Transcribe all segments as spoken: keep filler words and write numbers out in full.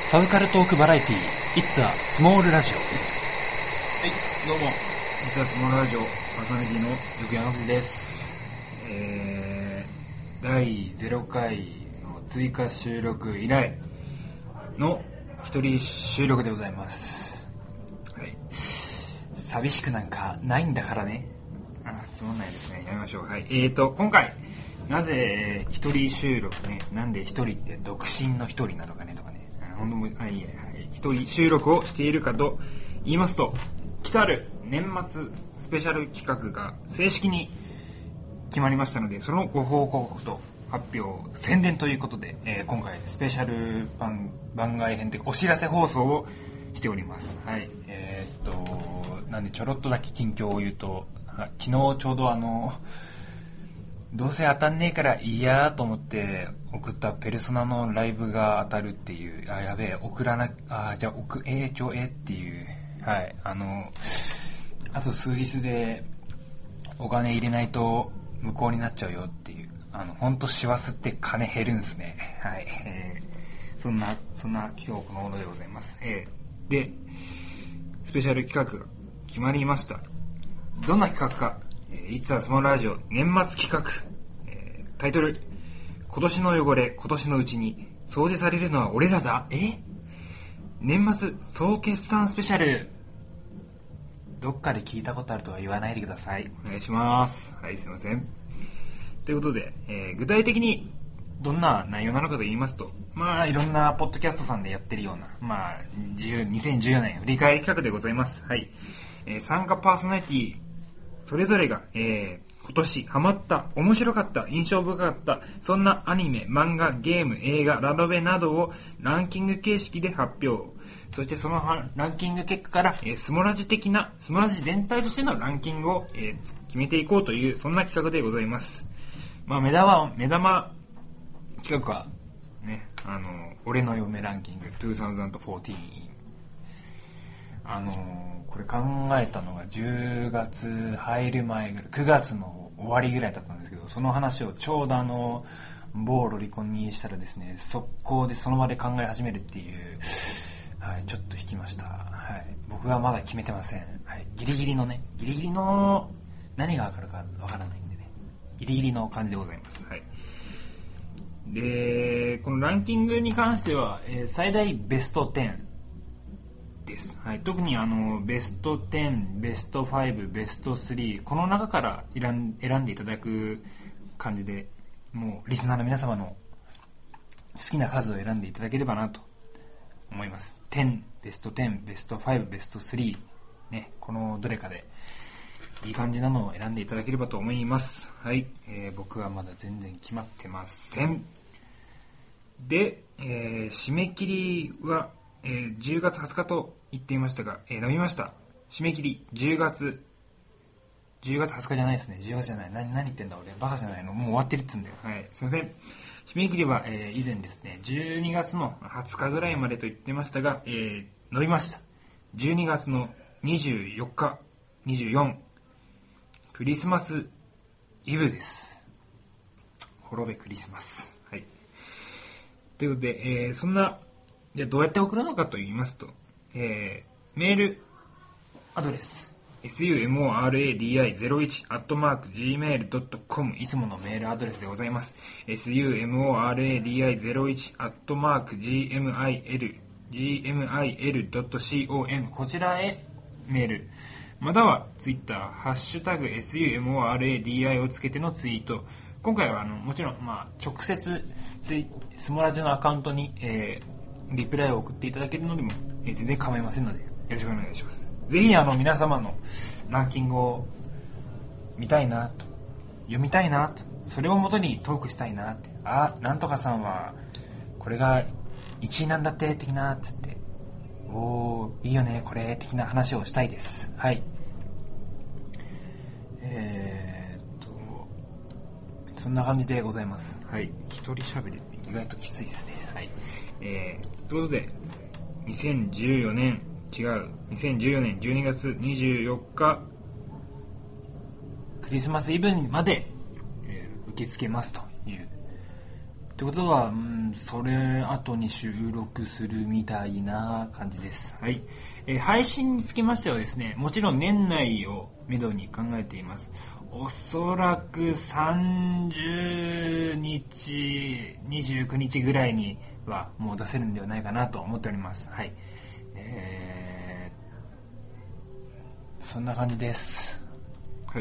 サブカルトークバラエティー It's a Small Radio。 はい、 どうも It's a Small Radio パーソナリティの横山口です。えー、だいゼロかいの追加収録以来の一人収録でございます。はい、 寂しくなんかないんだからね。 あ、つまんないですね。やめましょう。はい、えーと今回なぜ一人収録ね、なんで一人って独身の一人なのかねとかね、本当もあいいえ、はい、一人収録をしているかと言いますと、来たる年末スペシャル企画が正式に決まりましたので、そのご報告と発表宣伝ということで、えー、今回スペシャル 番, 番外編というかお知らせ放送をしております。はい、 えー、っとなんでちょろっとだけ近況を言うと、昨日ちょうどあのどうせ当たんねえからいいやと思って送ったペルソナのライブが当たるっていう、あ、やべえ、送らな、あ、じゃあ送、えー、ちょ、えー、っていう、はい、あの、あと数日でお金入れないと無効になっちゃうよっていう、あの、ほんと師走って金減るんすね。はい、 えー、そんな、そんな今日このものでございます。えー、で、スペシャル企画が決まりました。どんな企画か。It's a Small Radio 年末企画、えー、タイトル、今年の汚れ今年のうちに掃除されるのは俺らだ。え年末総決算スペシャル。 どっかで聞いたことあるとは言わないでください。 お願いします。はい、すいません。ということで、えー、具体的にどんな内容なのかと言いますと、まあいろんなポッドキャストさんでやってるような、まあにせんじゅうよねん振り返り企画でございます。はい、えー、参加パーソナリティそれぞれが、えー、今年ハマった、面白かった、印象深かった、そんなアニメ、漫画、ゲーム、映画、ラノベなどをランキング形式で発表。そしてそのランキング結果から、えー、スモラジ的な、スモラジ全体としてのランキングを、えー、決めていこうという、そんな企画でございます。まあ、目玉、目玉企画は、ね、あの、俺の嫁ランキングにせんじゅうよん。 あのー、これ考えたのがじゅうがつ入る前ぐらい、くがつの終わりぐらいだったんですけど、その話をちょうどあの某ロリコンにしたらですね、速攻でその場で考え始めるっていう、はい、ちょっと引きました。はい、僕はまだ決めてません。はい、ギリギリのね、ギリギリの何がわかるかわからないんでね、ギリギリの感じでございます。はい。 で、このランキングに関しては、えー、最大ベストじゅうです。はい、特にあのベストじゅう、ベストご、ベストさん、この中から選ん、選んでいただく感じで、もうリスナーの皆様の好きな数を選んでいただければなと思います。じゅう、ベストじゅう、ベストご、ベストさん、ね、このどれかでいい感じなのを選んでいただければと思います。はい、えー、僕はまだ全然決まってません。で、えー、締め切りはえー、じゅうがつはつかと言っていましたが、えー、伸びました。締め切りじゅうがつじゅうがつはつかじゃないですね。じゅうがつじゃない。何何言ってんだ俺。バカじゃないの。もう終わってるっつうんだよ。はい。すいません。締め切りは、えー、以前ですね、じゅうにがつのはつかぐらいまでと言ってましたが、えー、伸びました。じゅうにがつのにじゅうよっか、にじゅうよっか、クリスマスイブです。滅べクリスマス。はい。ということで、えー、そんなでどうやって送るのかと言いますと、えー、メールアドレス エスユーエムオーアールエーディーアイゼロいち アットマーク ジーメールドットコム いつものメールアドレスでございます。 エスユーエムオーアールエーディーアイゼロいち アットマーク ジーエムアイエル ジーエムアイエルドットコム こちらへメール、またはツイッターハッシュタグ エスユーエムオーアールエーディーアイ をつけてのツイート。今回はあのもちろん、まあ、直接ツイスモラジのアカウントに、えーリプライを送っていただけるのにも、えー、全然構いませんのでよろしくお願いします。ぜひあの皆様のランキングを見たいなと、読みたいなと、それをもとにトークしたいなって、あ、なんとかさんはこれがいちいなんだって的なっつって、おーいいよねこれ的な話をしたいです。はい。えー、っとそんな感じでございます。はい。一人喋りって意外ときついですね。はい。えー、ということでにせんじゅうよねん違うにせんじゅうよねんじゅうにがつにじゅうよっかクリスマスイブまで、えー、受け付けますというってことは、うん、それ後に収録するみたいな感じです。はい。えー、配信につきましてはですね、もちろん年内をめどに考えています。おそらくさんじゅうにち、にじゅうくにちぐらいにはもう出せるんではないかなと思っております。はい。えー、そんな感じです。はい。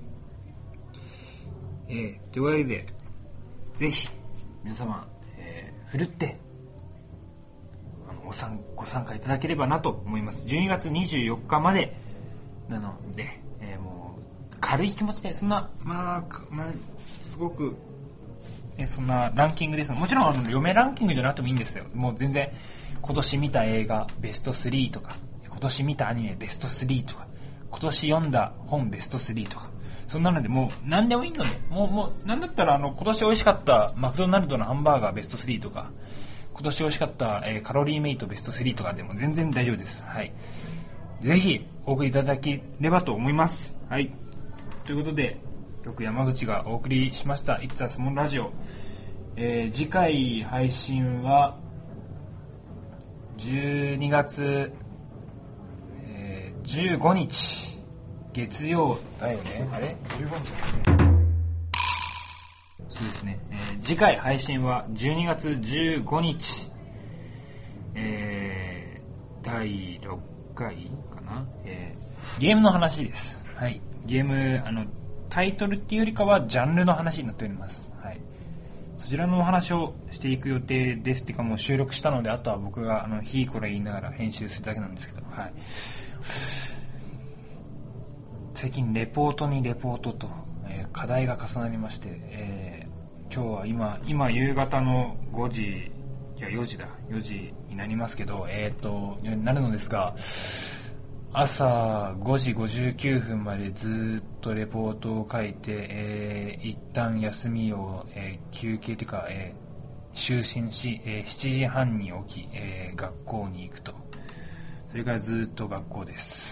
えー、というわけで、ぜひ、皆様、えー、ふるって、あのご参、ご参加いただければなと思います。じゅうにがつにじゅうよっかまでなので、えー、もう、軽い気持ちで、そんな、まあ、まあ、すごく、えー、そんなランキングです。もちろん、あの、嫁ランキングじゃなくてもいいんですよ。もう全然、今年見た映画ベストスリーとか、今年見たアニメベストスリーとか、今年読んだ本ベストスリーとか、そんなのでもう何でもいいので、もう、もう、なんだったらあの、今年美味しかったマクドナルドのハンバーガーベストスリーとか、今年美味しかった、えー、カロリーメイトベストスリーとかでも全然大丈夫です。はい。ぜひ、お送りいただければと思います。はい。ということで、よく山口がお送りしました、It's a Small Radio。えー、次回配信は、じゅうにがつ、えー、じゅうごにち。月曜だよね。あれじゅうごにちだね。そうですね、えー、次回配信はじゅうにがつじゅうごにち、えー、だいろっかいかな、えー、ゲームの話です。はい。ゲーム、あのタイトルっていうよりかはジャンルの話になっております。はい。そちらのお話をしていく予定ですっていうか、もう収録したので、あとは僕があのひーこれ言いながら編集するだけなんですけど、はい。最近レポートにレポートと、えー、課題が重なりまして、えー、今日は今今夕方のごじ、いやよじだよじになりますけど、えーとなるのですが、朝ごじごじゅうきゅうふんまでずっとレポートを書いて、えー、一旦休みを、えー、休憩というか、えー、就寝し、えー、しちじはんに起き、えー、学校に行くと。それからずっと学校です。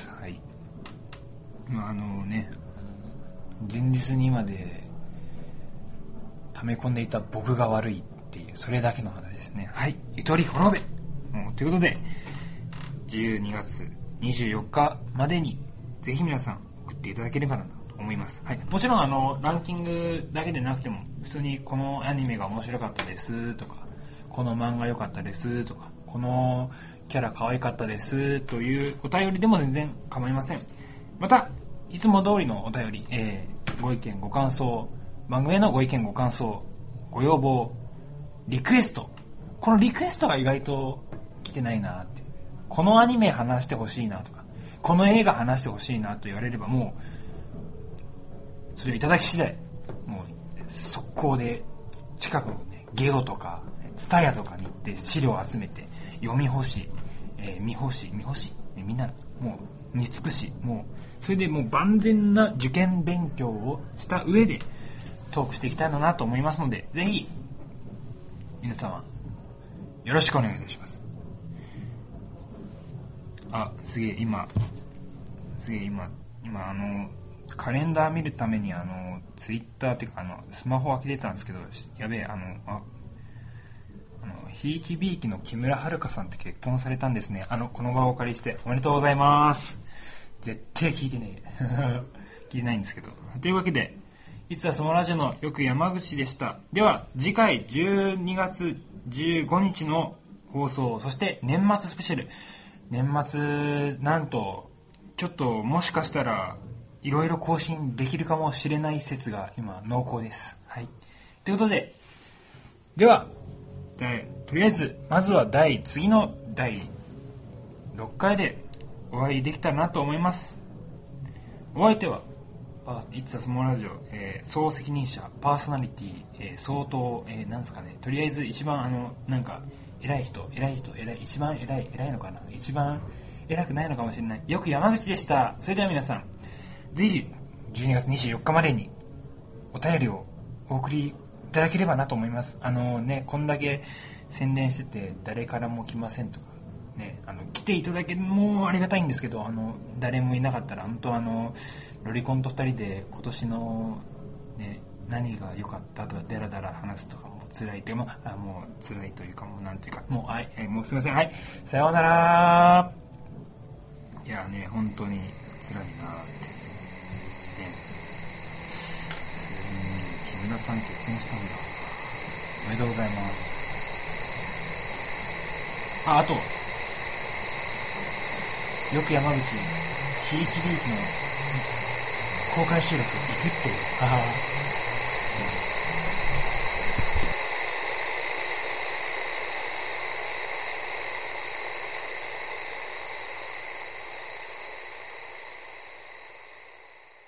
はい。まあ、あのね、前日にまで溜め込んでいた僕が悪いっていう、それだけの話ですね。はい。ゆとり滅べ。もうということで、じゅうにがつにじゅうよっかまでにぜひ皆さん送っていただければなと思います。はい。もちろんあのランキングだけでなくても、普通にこのアニメが面白かったですとか、この漫画良かったですとか、このキャラ可愛かったですというお便りでも全然構いません。また、いつも通りのお便り、えー、ご意見ご感想、番組へのご意見ご感想、ご要望、リクエスト。このリクエストが意外と来てないなって。このアニメ話してほしいなとか、この映画話してほしいなと言われれば、もう、それをいただき次第、もう、速攻で、近くのね、ゲオとか、ツタヤとかに行って資料を集めて、読み干し、えー、見干し、見干し、ね、みんな、もう、見尽くし、もう、それでもう万全な受験勉強をした上で、トークしていきたいなと思いますので、ぜひ、皆様、よろしくお願いいたします。あ、すげえ、今、すげえ、今、今、あの、カレンダー見るために、あの、ツイッターっていうか、あの、スマホ開けてたんですけど、やべえ、あの、あ、あの、ひいきびいきの木村遥さんって結婚されたんですね。あの、この場をお借りして、おめでとうございます。絶対聞いてねえ。聞いてないんですけど。というわけで、いつはそのラジオのよく山口でした。では、次回じゅうにがつじゅうごにちの放送、そして年末スペシャル。年末、なんと、ちょっともしかしたら、いろいろ更新できるかもしれない説が今濃厚です。はい。ということで、では、とりあえず、まずは第、次のだいろっかいでお会いできたらなと思います。お相手は、It's a Small Radio、えー、総責任者、パーソナリティ、えー、相当、えー、なんですかね、とりあえず一番あの、なんか、偉い人、偉い人、偉い、一番偉い、偉いのかな、一番偉くないのかもしれない。よく山口でした。それでは皆さん、ぜひ、じゅうにがつにじゅうよっかまでに、お便りをお送りいただければなと思います。あのね、こんだけ宣伝してて、誰からも来ませんとか、ね、あの、来ていただけるのもありがたいんですけど、あの、誰もいなかったら、本当あの、ロリコンと二人で今年の、ね、 何が良かったとかダラダラ話すとかも辛いってもうあもう辛いというかもうなんていうかもうはい、はい、もうすいませんはいさようなら。いやね本当に辛いなってね。すげえ木村さん結婚したんだ。おめでとうございます。ああとよく山口ひいきびいきの公開収録行くってよ。